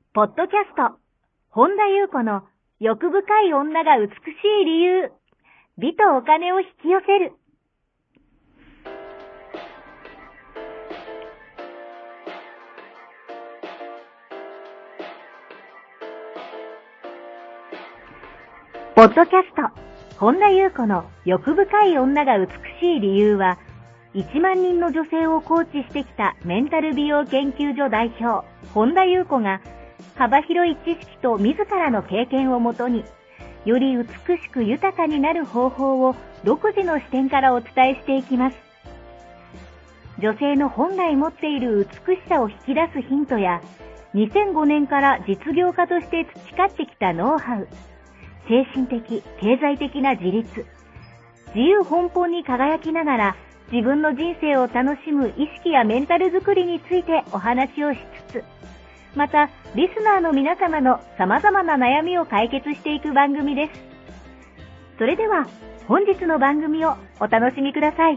ポッドキャスト、本田裕子の欲深い女が美しい理由、美とお金を引き寄せる。ポッドキャスト、本田裕子の欲深い女が美しい理由は、1万人の女性をコーチしてきたメンタル美容研究所代表、本田裕子が、幅広い知識と自らの経験をもとに、より美しく豊かになる方法を独自の視点からお伝えしていきます。女性の本来持っている美しさを引き出すヒントや、2005年から実業家として培ってきたノウハウ、精神的、経済的な自立、自由奔放に輝きながら自分の人生を楽しむ意識やメンタルづくりについてお話をしつつ、またリスナーの皆様の様々な悩みを解決していく番組です。それでは本日の番組をお楽しみください。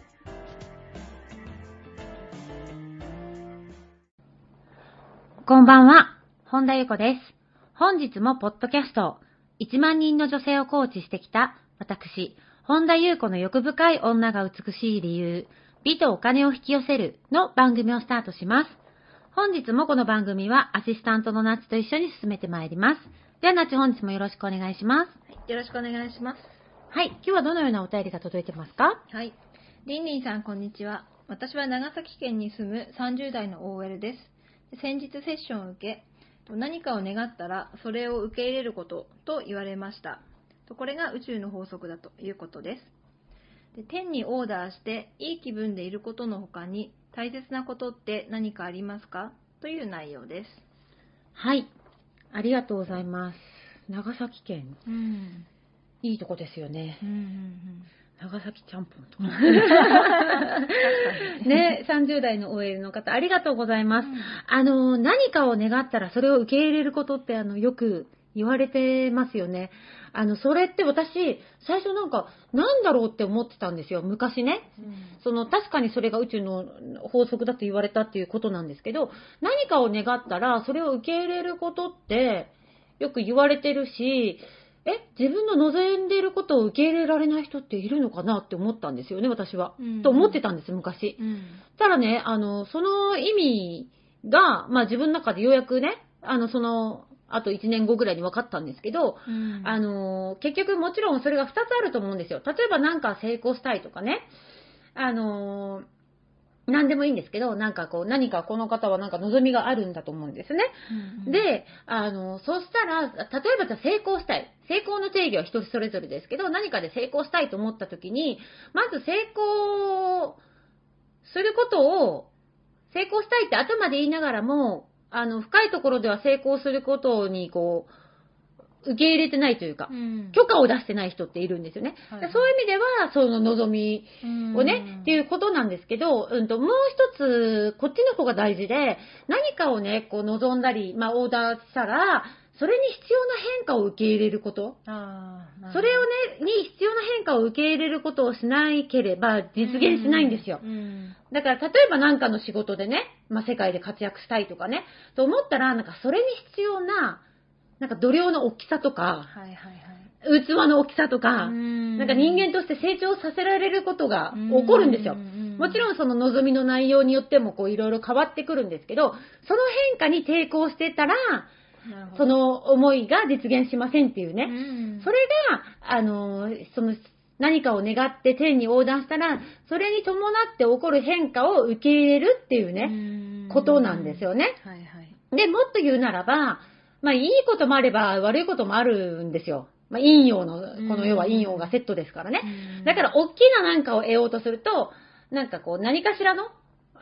こんばんは、本田裕子です。本日もポッドキャスト、1万人の女性をコーチしてきた私、本田裕子の欲深い女が美しい理由、美とお金を引き寄せるの番組をスタートします。本日もこの番組はアシスタントのナッチと一緒に進めてまいります。ではナッチ、本日もよろしくお願いします。 はい、よろしくお願いします。 はい、今日はどのようなお便りが届いてますか？ はい。りんりんさん、こんにちは。私は長崎県に住む30代の OL です。先日セッションを受け、何かを願ったらそれを受け入れることと言われました。これが宇宙の法則だということです。天にオーダーしていい気分でいることの他に大切なことって何かありますかという内容です。 はい、ありがとうございます。長崎県、いいとこですよね。長崎ちゃんぽんとかね、30代の OL の方ありがとうございます。何かを願ったらそれを受け入れることってよく言われてますよね。それって私最初なんだろうって思ってたんですよ、昔ね。確かにそれが宇宙の法則だと言われたっていうことなんですけど、何かを願ったらそれを受け入れることってよく言われてるし、自分の望んでいることを受け入れられない人っているのかなって思ったんですよね、私は。と思ってたんです、昔。ただね、その意味が、自分の中でようやくね、あと1年後ぐらいに分かったんですけど、結局もちろんそれが2つあると思うんですよ。例えば成功したいとかね、何でもいいんですけど、何かこの方は望みがあるんだと思うんですね。で、そしたら、例えばじゃあ成功したい。成功の定義は人それぞれですけど、何かで成功したいと思った時に、まず成功することを、成功したいって頭で言いながらも、深いところでは成功することに受け入れてないというか、許可を出してない人っているんですよね。そういう意味では、その望みをね、っていうことなんですけど、もう一つ、こっちの方が大事で、何かをね、望んだり、オーダーしたら、それに必要な変化を受け入れること。それをね、に必要な変化を受け入れることをしなければ実現しないんですよ。だから、例えば何かの仕事でね、世界で活躍したいとかね、と思ったら、それに必要な、度量の大きさとか、器の大きさとか、人間として成長させられることが起こるんですよ。もちろんその望みの内容によってもいろいろ変わってくるんですけど、その変化に抵抗してたら、その思いが実現しませんっていうね。それが、何かを願って天に横断したら、それに伴って起こる変化を受け入れるっていうね、ことなんですよね。で、もっと言うならば、いいこともあれば悪いこともあるんですよ。陰陽の、この世は陰陽がセットですからね。だから、大きな何かを得ようとすると、何かしらの、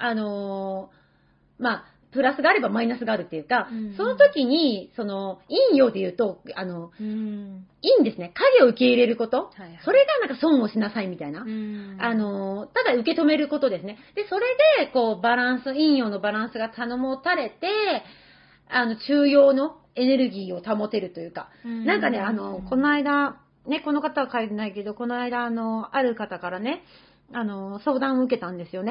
プラスがあればマイナスがあるっていうか、その時に、陰陽で言うと、いいんですね。影を受け入れること。それが損をしなさいみたいな。ただ受け止めることですね。で、それで、バランス、陰陽のバランスが保たれて、中庸のエネルギーを保てるというか、この間、ね、この方は書いてないけど、この間、ある方からね、相談を受けたんですよね。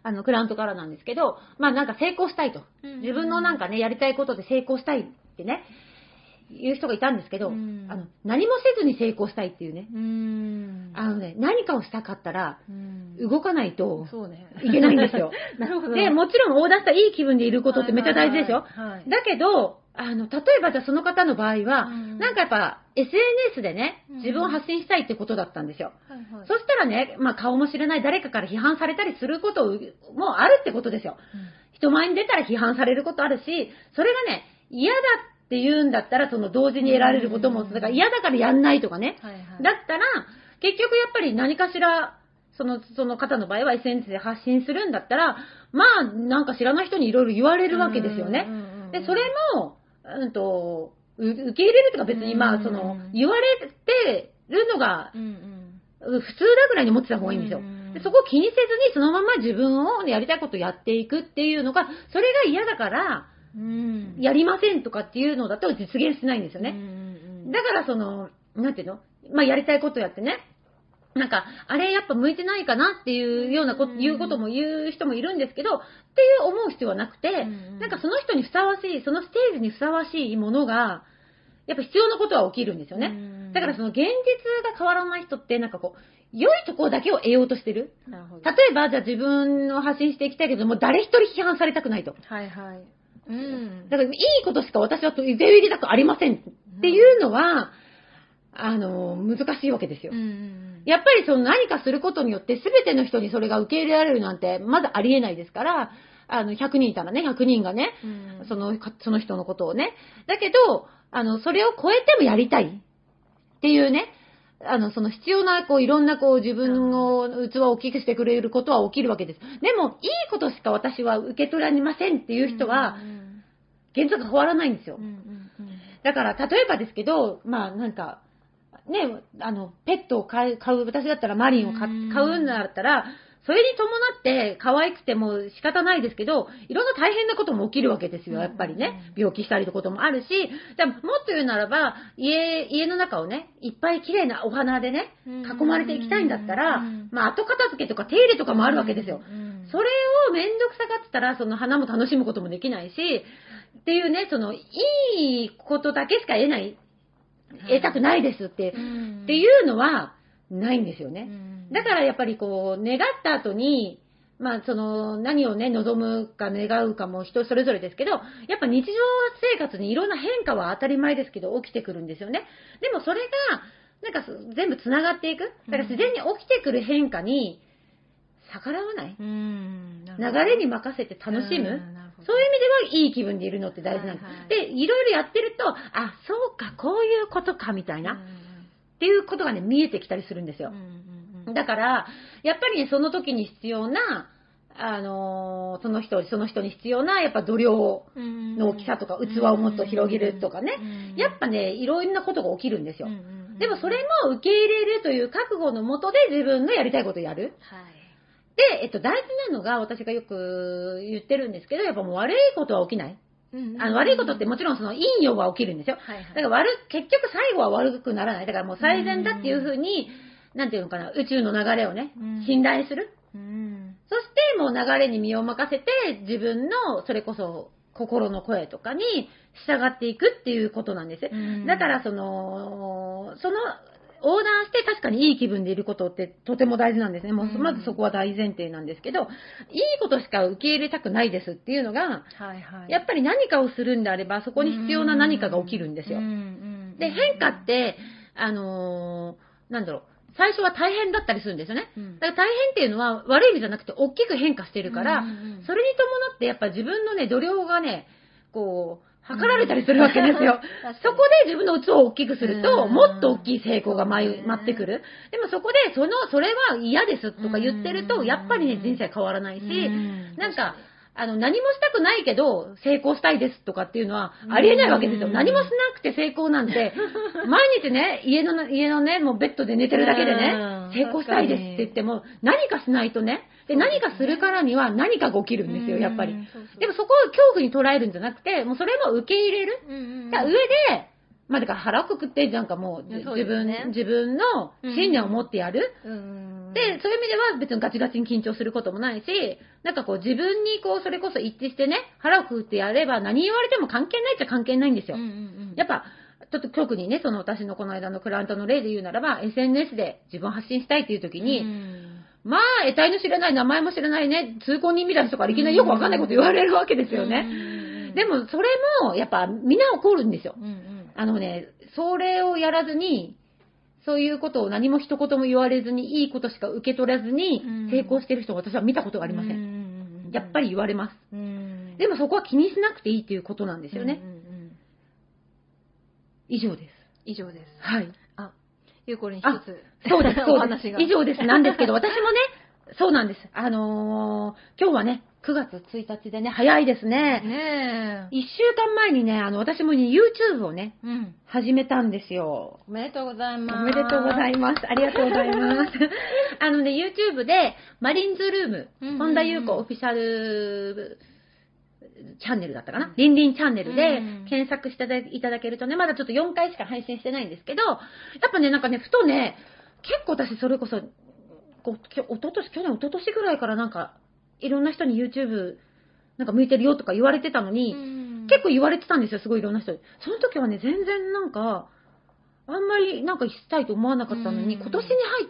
クライアントからなんですけど、まあなんか成功したいと。自分のなんかね、やりたいことで成功したいってね、いう人がいたんですけど、何もせずに成功したいっていうね。何かをしたかったら、動かないといけないんですよ。 なるほど。 で、もちろんオーダーしたいい気分でいることってめっちゃ大事ですよ。だけど、例えばじゃあその方の場合は、なんかやっぱ SNS でね、自分を発信したいってことだったんですよ。そしたらね、まあ顔も知れない誰かから批判されたりすることもあるってことですよ。人前に出たら批判されることあるし、それがね、嫌だって言うんだったら、その同時に得られることも、だから嫌だからやんないとかね。だったら、結局やっぱり何かしら、その方の場合は SNS で発信するんだったら、まあ、なんか知らない人にいろいろ言われるわけですよね。で、それも、受け入れるとか別に、まあ、言われてるのが、普通だぐらいに思ってた方がいいんですよ。でそこを気にせずに、そのまま自分をやりたいことをやっていくっていうのが、それが嫌だから、やりませんとかっていうのだと実現しないんですよね。だからなんていうの、まあやりたいことやってね、なんか、あれやっぱ向いてないかなっていうような言うことも言う人もいるんですけど、っていう思う必要はなくて、なんかその人にふさわしい、そのステージにふさわしいものが、やっぱ必要なことは起きるんですよね。だからその現実が変わらない人って、なんかこう、良いところだけを得ようとしてる。例えば、じゃあ自分を発信していきたいけども、誰一人批判されたくないと。 はいはい。 だからいいことしか私は受け入れたくありませんっていうのは、難しいわけですよ。やっぱり何かすることによって全ての人にそれが受け入れられるなんてまだありえないですから、100人いたらね、100人がね、その人のことをね。だけど、それを超えてもやりたいっていうね、必要な、いろんな、自分の器を大きくしてくれることは起きるわけです。でも、いいことしか私は受け取られませんっていう人は、現状が変わらないんですよ。だから、例えばですけど、まあ、なんか、ね、ペットを買う、私だったらマリンを買うんだったら、それに伴って可愛くても仕方ないですけど、いろんな大変なことも起きるわけですよ、やっぱりね。病気したりということもあるし、じゃあもっと言うならば、家の中をね、いっぱい綺麗なお花でね、囲まれていきたいんだったら、まあ後片付けとか手入れとかもあるわけですよ。それをめんどくさがってたら、その花も楽しむこともできないし、っていうね、いいことだけしか得たくないですっていうのはないんですよね。だからやっぱり願った後に、まあ何をね、望むか願うかも人それぞれですけど、やっぱ日常生活にいろんな変化は当たり前ですけど起きてくるんですよね。でもそれが、なんか全部繋がっていく。だから自然に起きてくる変化に逆らわない。流れに任せて楽しむ。そういう意味ではいい気分でいるのって大事なんです。で、いろいろやってると、あ、そうか、こういうことか、みたいな。っていうことがね、見えてきたりするんですよ。だから、やっぱりね、その時に必要な、その人に必要な、やっぱ度量の大きさとか、器をもっと広げるとかね。やっぱね、いろんなことが起きるんですよ。でもそれも受け入れるという覚悟のもとで自分のやりたいことをやる。で、大事なのが、私がよく言ってるんですけど、やっぱもう悪いことは起きない。悪いことってもちろん陰陽は起きるんですよ。だから結局最後は悪くならない。だからもう最善だっていうふうに、なんていうのかな、宇宙の流れをね、信頼する。そしてもう流れに身を任せて、自分の、それこそ、心の声とかに従っていくっていうことなんです。だからオーダーして確かにいい気分でいることってとても大事なんですね。もうまずそこは大前提なんですけど、いいことしか受け入れたくないですっていうのが、やっぱり何かをするんであれば、そこに必要な何かが起きるんですよ。で、変化って、なんだろう、最初は大変だったりするんですよね。だから大変っていうのは悪い意味じゃなくて大きく変化してるから、それに伴ってやっぱ自分のね、度量がね、測られたりするわけですよ。そこで自分の器を大きくすると、もっと大きい成功が待ってくる。でもそこで、それは嫌ですとか言ってると、やっぱりね、人生変わらないし、なんか、何もしたくないけど、成功したいですとかっていうのは、ありえないわけですよ。何もしなくて成功なんて、毎日ね、家のね、もうベッドで寝てるだけでね、成功したいですって言っても、何かしないとね、で、何かするからには何かが起きるんですよ、やっぱり。でもそこを恐怖に捉えるんじゃなくて、もうそれも受け入れる。上で、だから腹をくくって、なんかもう自分の信念を持ってやる。 で、そういう意味では別にガチガチに緊張することもないし、なんかこう自分にこうそれこそ一致してね、腹をくくってやれば何言われても関係ないっちゃ関係ないんですよ。やっぱ、ちょっと特にね、その私のこの間のクライアントの例で言うならば、SNS で自分を発信したいっていう時に、まあ、得体の知らない、名前も知らないね、通行人みたいな人からいきなりよくわかんないこと言われるわけですよね。でも、それも、やっぱ、みんな起こるんですよ。それをやらずに、そういうことを何も一言も言われずに、いいことしか受け取らずに、成功してる人を私は見たことがありません。やっぱり言われます。でもそこは気にしなくていいっていうことなんですよね。以上です。 以上です。 はい。 ゆうこりん一つ。 そうです、 お話が。 以上です。なんですけど、私もね、そうなんです。今日はね、9月1日でね、早いですね。 ねえ。 1週間前にね、私もね、YouTube をね、始めたんですよ。 おめでとうございます。 おめでとうございます。ありがとうございます。YouTube で、マリンズルーム、本田優子オフィシャルチャンネルだったかな、リンリンチャンネルで検索していただけるとね、まだちょっと4回しか配信してないんですけど、やっぱね、なんかね、ふとね、結構私それこそ、去年、一昨年ぐらいからなんか、いろんな人に YouTube なんか向いてるよとか言われてたのに、結構言われてたんですよ、すごいいろんな人に。その時はね、全然なんか、あんまりなんかしたいと思わなかったのに、今年に入って、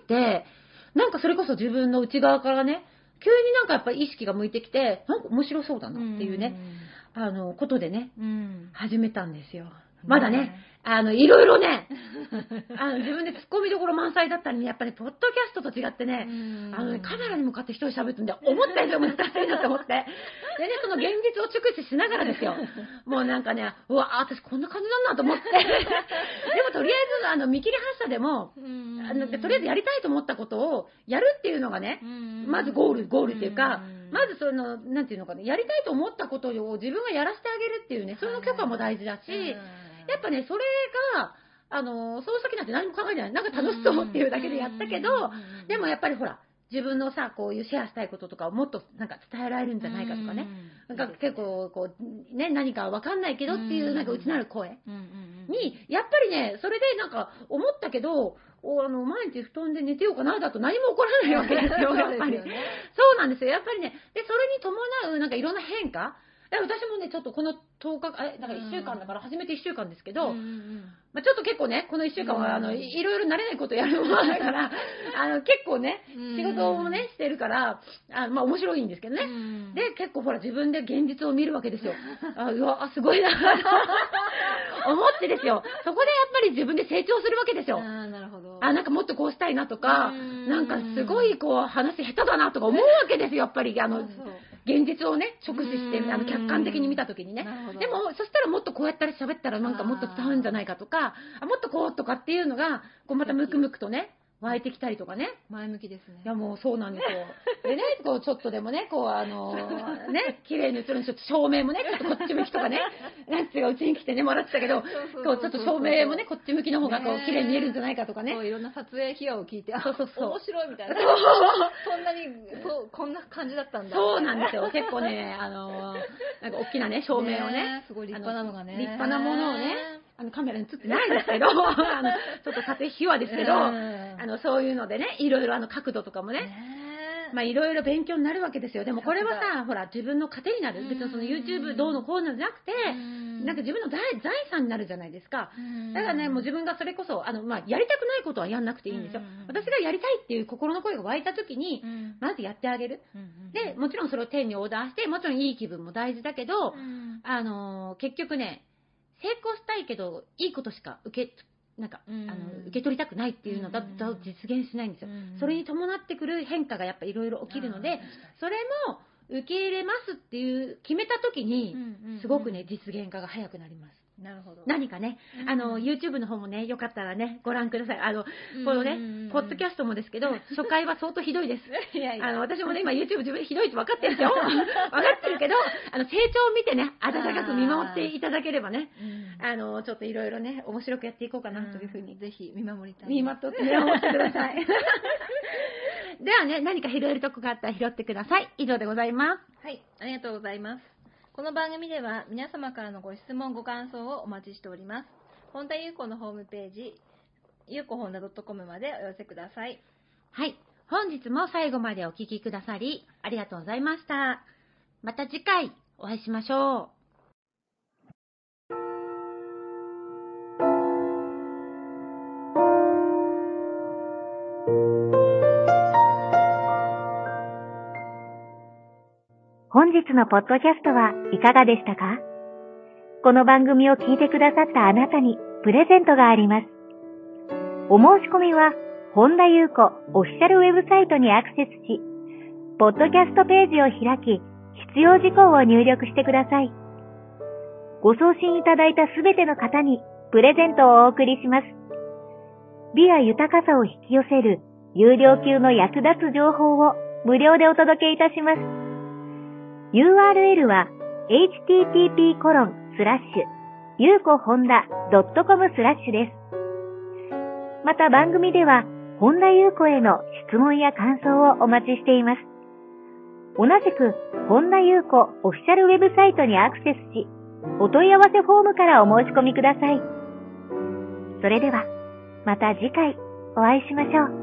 なんかそれこそ自分の内側からね、急になんかやっぱり意識が向いてきて、なんか面白そうだなっていうね、ことでね、始めたんですよ。まだね、いろいろね、自分で突っ込みどころ満載だったりね、やっぱりポッドキャストと違ってね、カメラに向かって一人喋ってんで、思った以上難しいなと思って。でね、その現実を直視しながらですよ。もうなんかね、うわ、私こんな感じなんだと思って。でもとりあえず、見切り発車でも、とりあえずやりたいと思ったことをやるっていうのがね、まずゴールっていうか、まずなんていうのかな、やりたいと思ったことを自分がやらせてあげるっていうね、その許可も大事だし、やっぱね、それが、その先なんて何も考えてない。なんか楽しそうっていうだけでやったけど、でもやっぱりほら、自分のさ、こういうシェアしたいこととかをもっとなんか伝えられるんじゃないかとかね。なんか結構、こう、ね、何かわかんないけどっていう、なんか内なる声に、やっぱりね、それでなんか思ったけど、毎日布団で寝てようかなだと何も起こらないわけですよ、やっぱり。そうなんですよ。やっぱりね、で、それに伴うなんかいろんな変化、私もね、ちょっとこの10日、なんか1週間だから、初めて1週間ですけど、まあ、ちょっと結構ね、この1週間は、いろいろ慣れないことやるものだから、結構ね、仕事をね、してるから、まあ、面白いんですけどね。で、結構ほら、自分で現実を見るわけですよ。うわ、すごいな、思ってですよ。そこでやっぱり自分で成長するわけですよ。 なるほど。 なんかもっとこうしたいなとか、なんかすごいこう、話下手だなとか思うわけですよ、やっぱり。現実をね、直視して、客観的に見たときにね。でも、そしたらもっとこうやったら喋ったらなんかもっと伝わるんじゃないかとか、もっとこうとかっていうのが、こうまたムクムクとね、湧いてきたりとかね。 前向きですね。 いやもうそうなんですよ。でね、こうちょっとでもね、こうね、綺麗に映るんですよ。照明もね、ちょっとこっち向きとかね、なんつうかうちに来てね、もらってたけど、こうちょっと照明もね、こっち向きの方がこう綺麗に見えるんじゃないかとかね。 そう、いろんな撮影費用を聞いて、 そう面白いみたいな。そんなに、こんな感じだったんだ。 そうなんですよ。結構ね、なんか大きなね、照明をね、 すごい立派なのがね。 立派なものをね、カメラに映ってないですけど、ちょっと撮影秘話ですけど、そういうのでね、いろいろ角度とかもね、まあいろいろ勉強になるわけですよ。でもこれはさ、ほら、自分の糧になる。別にその YouTube どうのこうのじゃなくて、なんか自分の財産になるじゃないですか。だからね、もう自分がそれこそ、まあやりたくないことはやんなくていいんですよ。私がやりたいっていう心の声が湧いた時に、まずやってあげる。で、もちろんそれを天にオーダーして、もちろんいい気分も大事だけど、結局ね、成功したいけど、いいことしか受け取りたくないっていうのだと実現しないんですよ。それに伴ってくる変化がやっぱいろいろ起きるので、それも受け入れますっていう決めた時に、すごくね、実現化が早くなります。 なるほど。 何かね、YouTube の方もね、よかったらね、ご覧ください。このね、ポッドキャストもですけど、初回は相当ひどいです。私もね、今 YouTube 自分でひどいって分かってるんですよ。分かってるけど、成長を見てね、温かく見守っていただければね、ちょっといろいろね、面白くやっていこうかなというふうに。 ぜひ見守りたい。 見守ってください。ではね、何か拾えるとこがあったら拾ってください。以上でございます。 はい、ありがとうございます。この番組では皆様からのご質問ご感想をお待ちしております。本田裕子のホームページ、ゆうこほんだ .com までお寄せください。 はい。 本日も最後までお聞きくださりありがとうございました。また次回お会いしましょう。 本日のポッドキャストはいかがでしたか？この番組を聞いてくださったあなたにプレゼントがあります。お申し込みは本田裕子オフィシャルウェブサイトにアクセスし、ポッドキャストページを開き、必要事項を入力してください。ご送信いただいたすべての方にプレゼントをお送りします。美や豊かさを引き寄せる有料級の役立つ情報を無料でお届けいたします。URL は http://yukohonda.com/ です。また番組では本田裕子への質問や感想をお待ちしています。同じく本田裕子オフィシャルウェブサイトにアクセスし、お問い合わせフォームからお申し込みください。それではまた次回お会いしましょう。